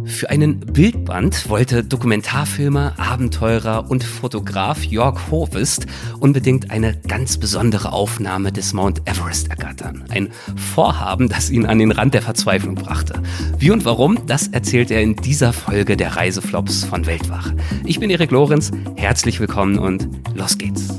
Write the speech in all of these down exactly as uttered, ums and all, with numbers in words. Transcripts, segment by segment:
Für einen Bildband wollte Dokumentarfilmer, Abenteurer und Fotograf Jörg Hovest unbedingt eine ganz besondere Aufnahme des Mount Everest ergattern. Ein Vorhaben, das ihn an den Rand der Verzweiflung brachte. Wie und warum, das erzählt er in dieser Folge der Reiseflops von Weltwach. Ich bin Erik Lorenz, herzlich willkommen und los geht's.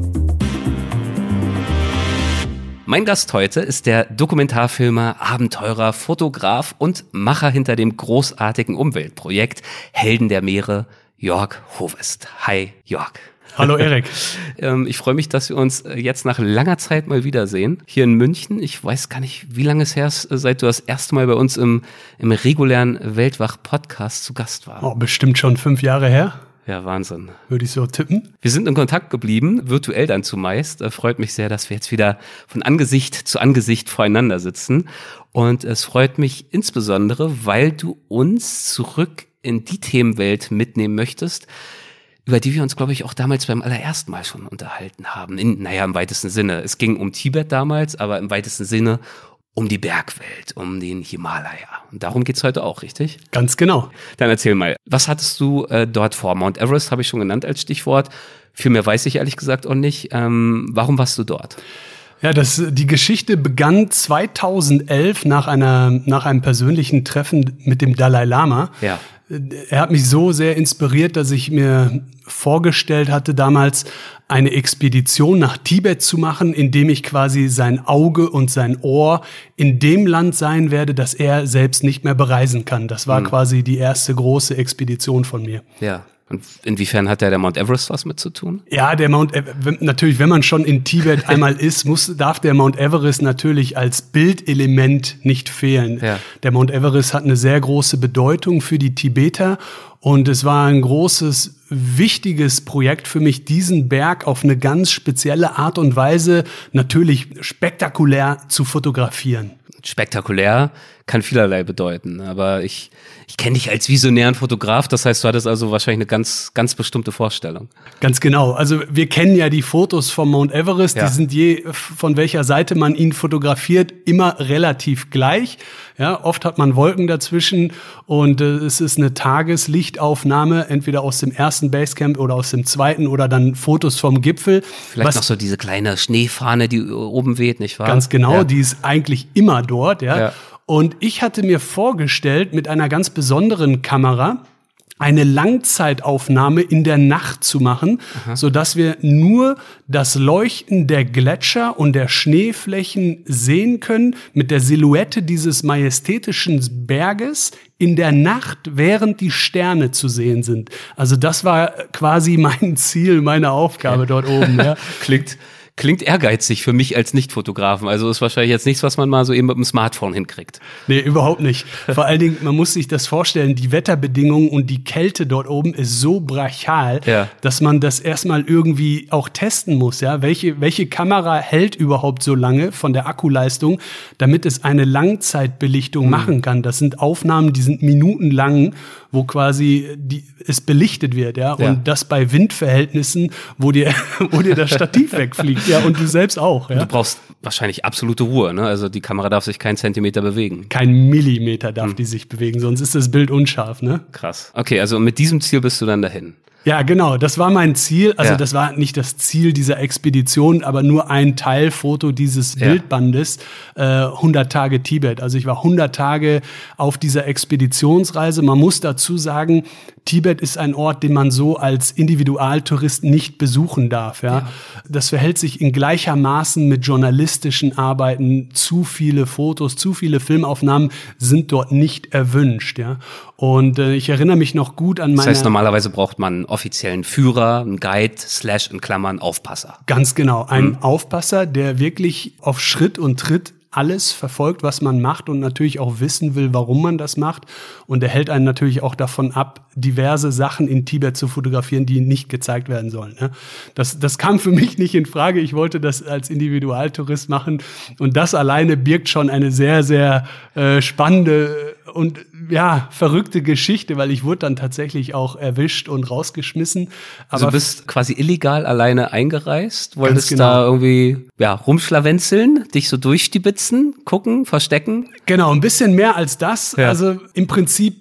Mein Gast heute ist der Dokumentarfilmer, Abenteurer, Fotograf und Macher hinter dem großartigen Umweltprojekt Helden der Meere, Jörg Hovest. Hi, Jörg. Hallo Erik. Ich freue mich, dass wir uns jetzt nach langer Zeit mal wiedersehen. Hier in München. Ich weiß gar nicht, wie lange es her ist, seit du das erste Mal bei uns im, im regulären Weltwach-Podcast zu Gast warst. Oh, bestimmt schon fünf Jahre her. Ja, Wahnsinn. Würde ich so tippen. Wir sind in Kontakt geblieben, virtuell dann zumeist. Freut mich sehr, dass wir jetzt wieder von Angesicht zu Angesicht voreinander sitzen. Und es freut mich insbesondere, weil du uns zurück in die Themenwelt mitnehmen möchtest, über die wir uns, glaube ich, auch damals beim allerersten Mal schon unterhalten haben. In, naja, im weitesten Sinne. Es ging um Tibet damals, aber im weitesten Sinne um die Bergwelt, um den Himalaya. Und darum geht's heute auch, richtig? Ganz genau. Dann erzähl mal, was hattest du äh, dort vor? Mount Everest habe ich schon genannt als Stichwort. Viel mehr weiß ich ehrlich gesagt auch nicht. Ähm, warum warst du dort? Ja, das, die Geschichte begann zweitausendelf nach einer, nach einem persönlichen Treffen mit dem Dalai Lama. Ja. Er hat mich so sehr inspiriert, dass ich mir vorgestellt hatte, damals eine Expedition nach Tibet zu machen, indem ich quasi sein Auge und sein Ohr in dem Land sein werde, das er selbst nicht mehr bereisen kann. Das war mhm. quasi die erste große Expedition von mir. Ja. Und inwiefern hat der, der Mount Everest was mit zu tun? Ja, der Mount Everest, natürlich, wenn man schon in Tibet einmal ist, muss, darf der Mount Everest natürlich als Bildelement nicht fehlen. Ja. Der Mount Everest hat eine sehr große Bedeutung für die Tibeter und es war ein großes, wichtiges Projekt für mich, diesen Berg auf eine ganz spezielle Art und Weise natürlich spektakulär zu fotografieren. Spektakulär kann vielerlei bedeuten, aber ich, ich kenne dich als visionären Fotograf, das heißt, du hattest also wahrscheinlich eine ganz, ganz bestimmte Vorstellung. Ganz genau, also wir kennen ja die Fotos vom Mount Everest, ja. Die sind je, von welcher Seite man ihn fotografiert, immer relativ gleich. Ja, oft hat man Wolken dazwischen und äh, es ist eine Tageslichtaufnahme, entweder aus dem ersten Basecamp oder aus dem zweiten oder dann Fotos vom Gipfel. Vielleicht was, noch so diese kleine Schneefahne, die oben weht, nicht wahr? Ganz genau, ja. Die ist eigentlich immer dort, ja. ja. Und ich hatte mir vorgestellt, mit einer ganz besonderen Kamera eine Langzeitaufnahme in der Nacht zu machen, Aha. sodass wir nur das Leuchten der Gletscher und der Schneeflächen sehen können mit der Silhouette dieses majestätischen Berges in der Nacht, während die Sterne zu sehen sind. Also das war quasi mein Ziel, meine Aufgabe ja. dort oben. Ja. Klingt Klingt ehrgeizig für mich als Nicht-Fotografen. Also ist wahrscheinlich jetzt nichts, was man mal so eben mit dem Smartphone hinkriegt. Nee, überhaupt nicht. Vor allen Dingen, man muss sich das vorstellen, die Wetterbedingungen und die Kälte dort oben ist so brachial, ja. dass man das erstmal irgendwie auch testen muss. Ja, welche, welche Kamera hält überhaupt so lange von der Akkuleistung, damit es eine Langzeitbelichtung mhm. machen kann. Das sind Aufnahmen, die sind minutenlang, wo quasi die, es belichtet wird. Ja, und ja. das bei Windverhältnissen, wo dir, wo dir das Stativ wegfliegt. Ja, und du selbst auch. Ja? Du brauchst wahrscheinlich absolute Ruhe, ne? Also die Kamera darf sich keinen Zentimeter bewegen. Kein Millimeter darf hm. die sich bewegen, sonst ist das Bild unscharf, ne? Krass. Okay, also mit diesem Ziel bist du dann dahin. Ja, genau, das war mein Ziel. Also ja. das war nicht das Ziel dieser Expedition, aber nur ein Teilfoto dieses ja. Bildbandes, äh, hundert Tage Tibet. Also ich war hundert Tage auf dieser Expeditionsreise. Man muss dazu sagen, Tibet ist ein Ort, den man so als Individualtourist nicht besuchen darf. Ja? Ja. Das verhält sich in gleichermaßen mit journalistischen Arbeiten. Zu viele Fotos, zu viele Filmaufnahmen sind dort nicht erwünscht. Ja? Und äh, ich erinnere mich noch gut an meine... Das heißt, normalerweise braucht man einen offiziellen Führer, einen Guide, slash in Klammern Aufpasser. Ganz genau, ein mhm. Aufpasser, der wirklich auf Schritt und Tritt alles verfolgt, was man macht und natürlich auch wissen will, warum man das macht. Und er hält einen natürlich auch davon ab, diverse Sachen in Tibet zu fotografieren, die nicht gezeigt werden sollen. Das, das kam für mich nicht in Frage. Ich wollte das als Individualtourist machen. Und das alleine birgt schon eine sehr, sehr äh, spannende und ja, verrückte Geschichte, weil ich wurde dann tatsächlich auch erwischt und rausgeschmissen. Aber also du bist quasi illegal alleine eingereist, wolltest genau. da irgendwie ja rumschlawenzeln, dich so durchstibitzen, gucken, verstecken? Genau, ein bisschen mehr als das. Ja. Also im Prinzip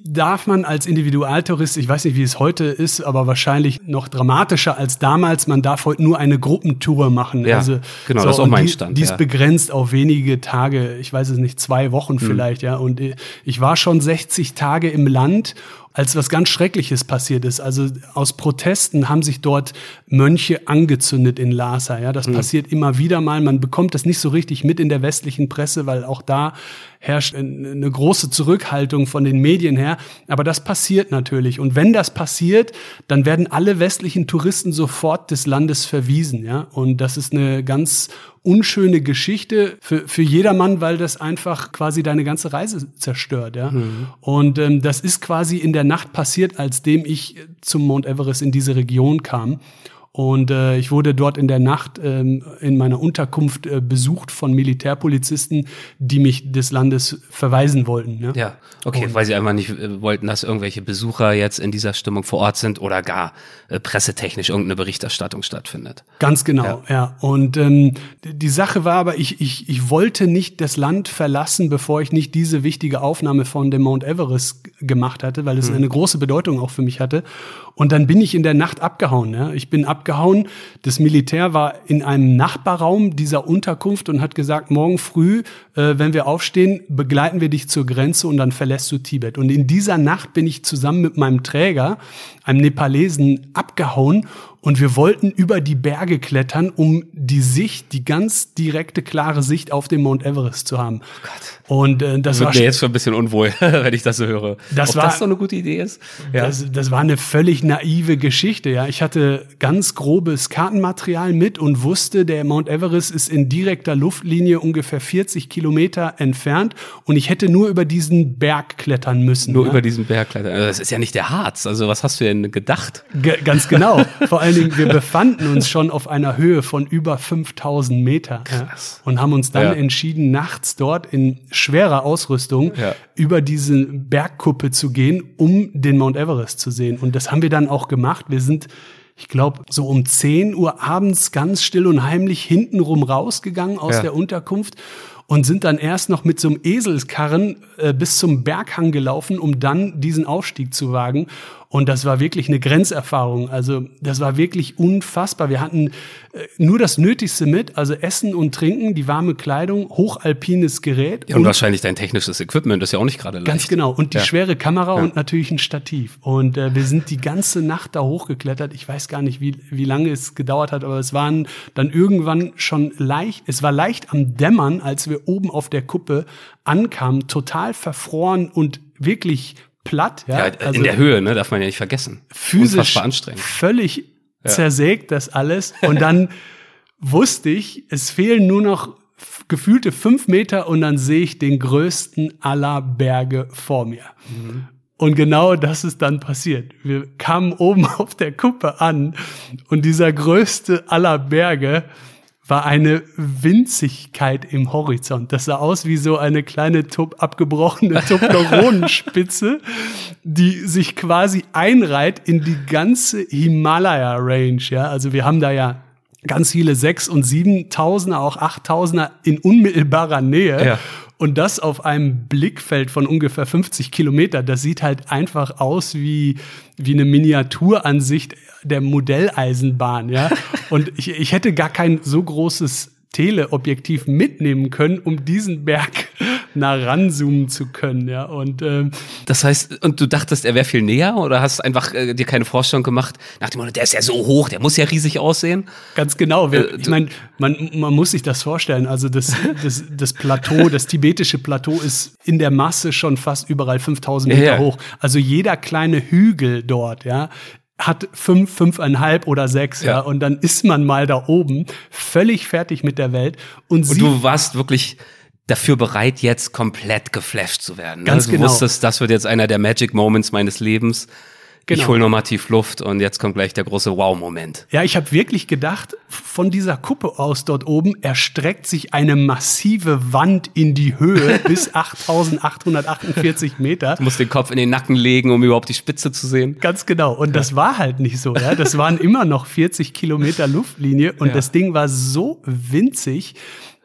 darf man als Individualtourist, ich weiß nicht, wie es heute ist, aber wahrscheinlich noch dramatischer als damals, man darf heute nur eine Gruppentour machen. Ja, also, genau, so, das ist auch mein die, Stand. Die ist ja. begrenzt auf wenige Tage, ich weiß es nicht, zwei Wochen mhm. vielleicht, ja. Und ich war schon sechzig Tage im Land, als was ganz Schreckliches passiert ist. Also aus Protesten haben sich dort Mönche angezündet in Lhasa. Ja, das mhm. passiert immer wieder mal. Man bekommt das nicht so richtig mit in der westlichen Presse, weil auch da herrscht eine große Zurückhaltung von den Medien her. Aber das passiert natürlich. Und wenn das passiert, dann werden alle westlichen Touristen sofort des Landes verwiesen. Ja, und das ist eine ganz unschöne Geschichte für, für jedermann, weil das einfach quasi deine ganze Reise zerstört. Ja, mhm. und ähm, das ist quasi in der Nacht passiert, als dem ich zum Mount Everest in diese Region kam. Und äh, ich wurde dort in der Nacht ähm, in meiner Unterkunft äh, besucht von Militärpolizisten, die mich des Landes verweisen wollten. Ja, ja okay, und weil sie einfach nicht äh, wollten, dass irgendwelche Besucher jetzt in dieser Stimmung vor Ort sind oder gar äh, pressetechnisch irgendeine Berichterstattung stattfindet. Ganz genau, ja. ja. Und ähm, die Sache war aber, ich, ich, ich wollte nicht das Land verlassen, bevor ich nicht diese wichtige Aufnahme von dem Mount Everest g- gemacht hatte, weil es hm. eine große Bedeutung auch für mich hatte. Und dann bin ich in der Nacht abgehauen. Ja. Ich bin abgehauen. Das Militär war in einem Nachbarraum dieser Unterkunft und hat gesagt, morgen früh, äh, wenn wir aufstehen, begleiten wir dich zur Grenze und dann verlässt du Tibet. Und in dieser Nacht bin ich zusammen mit meinem Träger, einem Nepalesen, abgehauen. Und wir wollten über die Berge klettern, um die Sicht, die ganz direkte, klare Sicht auf den Mount Everest zu haben. Oh Gott. Und äh, das wird war mir jetzt schon ein bisschen unwohl, wenn ich das so höre. Das Ob war, das so eine gute Idee ist? Ja. Das, das war eine völlig naive Geschichte. Ja, ich hatte ganz grobes Kartenmaterial mit und wusste, der Mount Everest ist in direkter Luftlinie ungefähr vierzig Kilometer entfernt und ich hätte nur über diesen Berg klettern müssen. Nur ja. über diesen Berg klettern. Das ist ja nicht der Harz. Also was hast du denn gedacht? G- ganz genau. Vor allen Dingen, wir befanden uns schon auf einer Höhe von über fünftausend Meter. Krass. Ja, und haben uns dann ja. entschieden, nachts dort in schwerer Ausrüstung ja. über diese Bergkuppe zu gehen, um den Mount Everest zu sehen. Und das haben wir dann auch gemacht. Wir sind, ich glaube, so um zehn Uhr abends ganz still und heimlich hintenrum rausgegangen aus ja. der Unterkunft und sind dann erst noch mit so einem Eselskarren äh, bis zum Berghang gelaufen, um dann diesen Aufstieg zu wagen. Und das war wirklich eine Grenzerfahrung. Also das war wirklich unfassbar. Wir hatten äh, nur das Nötigste mit, also Essen und Trinken, die warme Kleidung, hochalpines Gerät. Ja, und, und wahrscheinlich dein technisches Equipment, das ist ja auch nicht gerade leicht. Ganz genau. Und die ja. schwere Kamera ja. und natürlich ein Stativ. Und äh, wir sind die ganze Nacht da hochgeklettert. Ich weiß gar nicht, wie, wie lange es gedauert hat, aber es waren dann irgendwann schon leicht, es war leicht am Dämmern, als wir oben auf der Kuppe ankamen, total verfroren und wirklich platt. Ja, ja also in der Höhe, ne, darf man ja nicht vergessen. Physisch unfassbar anstrengend. Völlig ja. zersägt das alles. Und dann wusste ich, es fehlen nur noch f- gefühlte fünf Meter und dann sehe ich den größten aller Berge vor mir. Mhm. Und genau das ist dann passiert. Wir kamen oben auf der Kuppe an und dieser größte aller Berge war eine Winzigkeit im Horizont. Das sah aus wie so eine kleine Tub, abgebrochene Toblerone-Spitze, die sich quasi einreiht in die ganze Himalaya-Range. Ja, also wir haben da ja ganz viele sechs- und siebentausender, auch achttausender in unmittelbarer Nähe. Ja. Und das auf einem Blickfeld von ungefähr fünfzig Kilometer. Das sieht halt einfach aus wie, wie eine Miniaturansicht der Modelleisenbahn, ja. Und ich, ich hätte gar kein so großes Teleobjektiv mitnehmen können, um diesen Berg nah ranzoomen zu können, ja. Und ähm, das heißt, und du dachtest, er wäre viel näher oder hast einfach äh, dir keine Vorstellung gemacht, nach dem Motto, der ist ja so hoch, der muss ja riesig aussehen? Ganz genau. Wir, ich meine, man, man muss sich das vorstellen. Also das, das, das Plateau, das tibetische Plateau ist in der Masse schon fast überall fünftausend Meter ja, ja. hoch. Also jeder kleine Hügel dort, ja, hat fünf, fünfeinhalb oder sechs, ja. ja, und dann ist man mal da oben, völlig fertig mit der Welt. Und, und du warst wirklich dafür bereit, jetzt komplett geflasht zu werden. Ganz ne? Du genau. wusstest, das wird jetzt einer der Magic Moments meines Lebens. Genau. Ich hole nochmal tief Luft und jetzt kommt gleich der große Wow-Moment. Ja, ich habe wirklich gedacht, von dieser Kuppe aus dort oben erstreckt sich eine massive Wand in die Höhe bis achttausendachthundertachtundvierzig Meter. Du musst den Kopf in den Nacken legen, um überhaupt die Spitze zu sehen. Ganz genau. Und das war halt nicht so. Ja, das waren immer noch vierzig Kilometer Luftlinie und ja. das Ding war so winzig,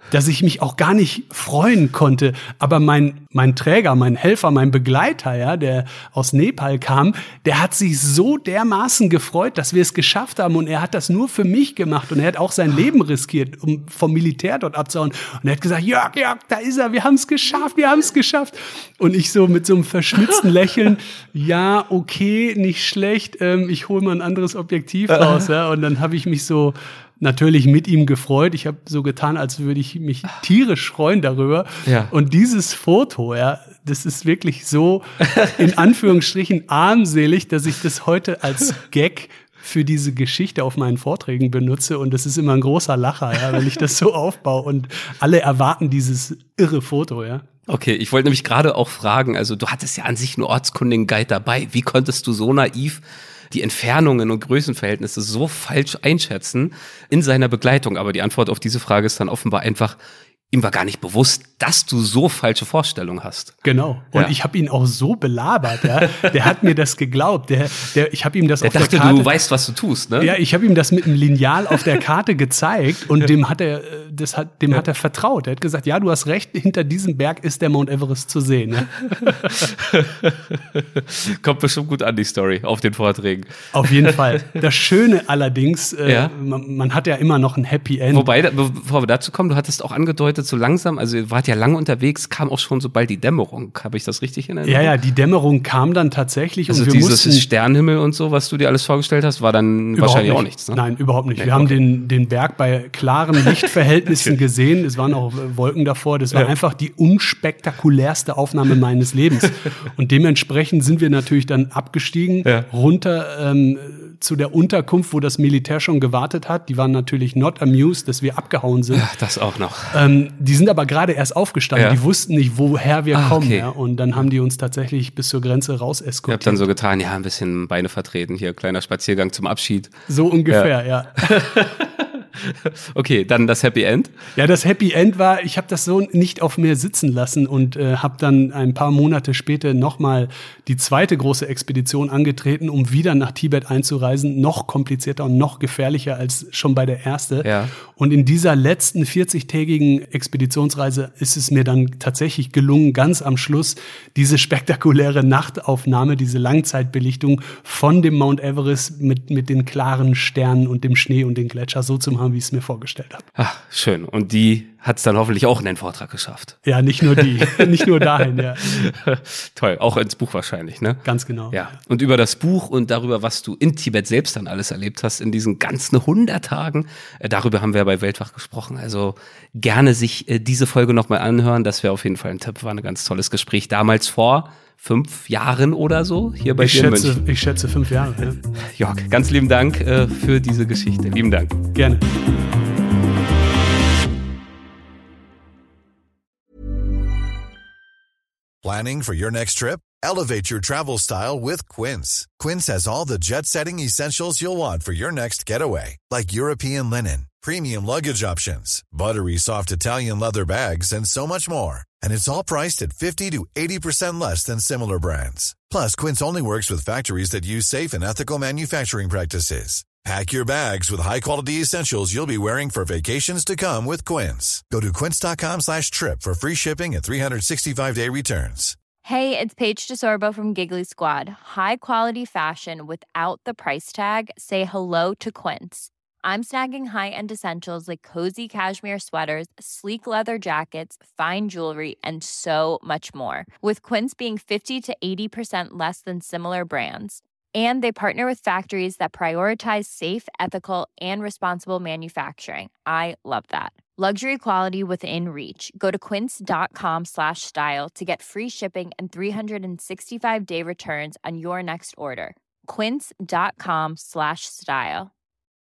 dass ich mich auch gar nicht freuen konnte. Aber mein, mein Träger, mein Helfer, mein Begleiter, ja, der aus Nepal kam, der hat sich so dermaßen gefreut, dass wir es geschafft haben. Und er hat das nur für mich gemacht. Und er hat auch sein Leben riskiert, um vom Militär dort abzuhauen. Und er hat gesagt, Jörg, Jörg, da ist er, wir haben es geschafft, wir haben es geschafft. Und ich so mit so einem verschmitzten Lächeln, ja, okay, nicht schlecht, ähm, ich hole mal ein anderes Objektiv raus. Ja. Und dann habe ich mich so natürlich mit ihm gefreut. Ich habe so getan, als würde ich mich tierisch freuen darüber. Ja. Und dieses Foto, ja, das ist wirklich so in Anführungsstrichen armselig, dass ich das heute als Gag für diese Geschichte auf meinen Vorträgen benutze. Und das ist immer ein großer Lacher, ja, wenn ich das so aufbaue. Und alle erwarten dieses irre Foto, ja. Okay, ich wollte nämlich gerade auch fragen, also du hattest ja an sich einen ortskundigen Guide dabei. Wie konntest du so naiv die Entfernungen und Größenverhältnisse so falsch einschätzen in seiner Begleitung? Aber die Antwort auf diese Frage ist dann offenbar einfach, ihm war gar nicht bewusst, dass du so falsche Vorstellungen hast. Genau. Und ja. ich habe ihn auch so belabert. Ja. Der hat mir das geglaubt. Der, der, ich habe ihm das der auf dachte, der Karte. Du weißt, was du tust, ne? Ja, ich habe ihm das mit einem Lineal auf der Karte gezeigt und dem hat er, das hat, dem ja. hat er vertraut. Er hat gesagt, ja, du hast recht. Hinter diesem Berg ist der Mount Everest zu sehen. Ja. Kommt bestimmt gut an die Story auf den Vorträgen. Auf jeden Fall. Das Schöne allerdings, äh, ja. man, man hat ja immer noch ein Happy End. Wobei, bevor wir dazu kommen, du hattest auch angedeutet, so langsam, also ihr wart ja lange unterwegs, kam auch schon so bald die Dämmerung. Habe ich das richtig in Erinnerung? Ja, ja, die Dämmerung kam dann tatsächlich. Also und wir dieses mussten, Sternenhimmel und so, was du dir alles vorgestellt hast, war dann wahrscheinlich nicht. auch nichts, ne? Nein, überhaupt nicht. Nee, wir okay. haben den, den Berg bei klaren Lichtverhältnissen gesehen. Es waren auch Wolken davor. Das war ja. einfach die unspektakulärste Aufnahme meines Lebens. Und dementsprechend sind wir natürlich dann abgestiegen, ja. runter ähm, zu der Unterkunft, wo das Militär schon gewartet hat. Die waren natürlich not amused, dass wir abgehauen sind. Ach, das auch noch. Ähm, die sind aber gerade erst aufgestanden. Ja. Die wussten nicht, woher wir ah, kommen. Okay. Ja? Und dann haben die uns tatsächlich bis zur Grenze raus eskortiert. Ihr habt dann so getan, ja, ein bisschen Beine vertreten, hier, kleiner Spaziergang zum Abschied. So ungefähr, ja. ja. Okay, dann das Happy End? Ja, das Happy End war, ich habe das so nicht auf mir sitzen lassen und äh, habe dann ein paar Monate später nochmal die zweite große Expedition angetreten, um wieder nach Tibet einzureisen. Noch komplizierter und noch gefährlicher als schon bei der ersten. Ja. Und in dieser letzten vierzigtägigen Expeditionsreise ist es mir dann tatsächlich gelungen, ganz am Schluss diese spektakuläre Nachtaufnahme, diese Langzeitbelichtung von dem Mount Everest mit, mit den klaren Sternen und dem Schnee und den Gletscher so zu machen, wie ich es mir vorgestellt habe. Ach, schön. Und die hat es dann hoffentlich auch in den Vortrag geschafft. Ja, nicht nur die, nicht nur dahin, ja. Toll, auch ins Buch wahrscheinlich, ne? Ganz genau. Ja. Und über das Buch und darüber, was du in Tibet selbst dann alles erlebt hast, in diesen ganzen hundert Tagen, äh, darüber haben wir bei Weltwach gesprochen. Also gerne sich äh, diese Folge nochmal anhören, das wäre auf jeden Fall ein Tipp, war ein ganz tolles Gespräch. Damals vor fünf Jahren oder so, hier bei ich dir schätze, in München. Ich schätze fünf Jahre, ja. Jörg, ganz lieben Dank äh, für diese Geschichte. Lieben Dank. Gerne. Planning for your next trip? Elevate your travel style with Quince. Quince has all the jet-setting essentials you'll want for your next getaway, like European linen, premium luggage options, buttery soft Italian leather bags, and so much more. And it's all priced at fifty to eighty percent less than similar brands. Plus, Quince only works with factories that use safe and ethical manufacturing practices. Pack your bags with high-quality essentials you'll be wearing for vacations to come with Quince. Go to quince.com slash trip for free shipping and three sixty-five day returns. Hey, it's Paige DeSorbo from Giggly Squad. High quality fashion without the price tag. Say hello to Quince. I'm snagging high-end essentials like cozy cashmere sweaters, sleek leather jackets, fine jewelry, and so much more. With Quince being fifty to eighty percent less than similar brands. And they partner with factories that prioritize safe, ethical, and responsible manufacturing. I love that. Luxury quality within reach. Go to quince.com slash style to get free shipping and three sixty-five day returns on your next order. Quince.com slash style.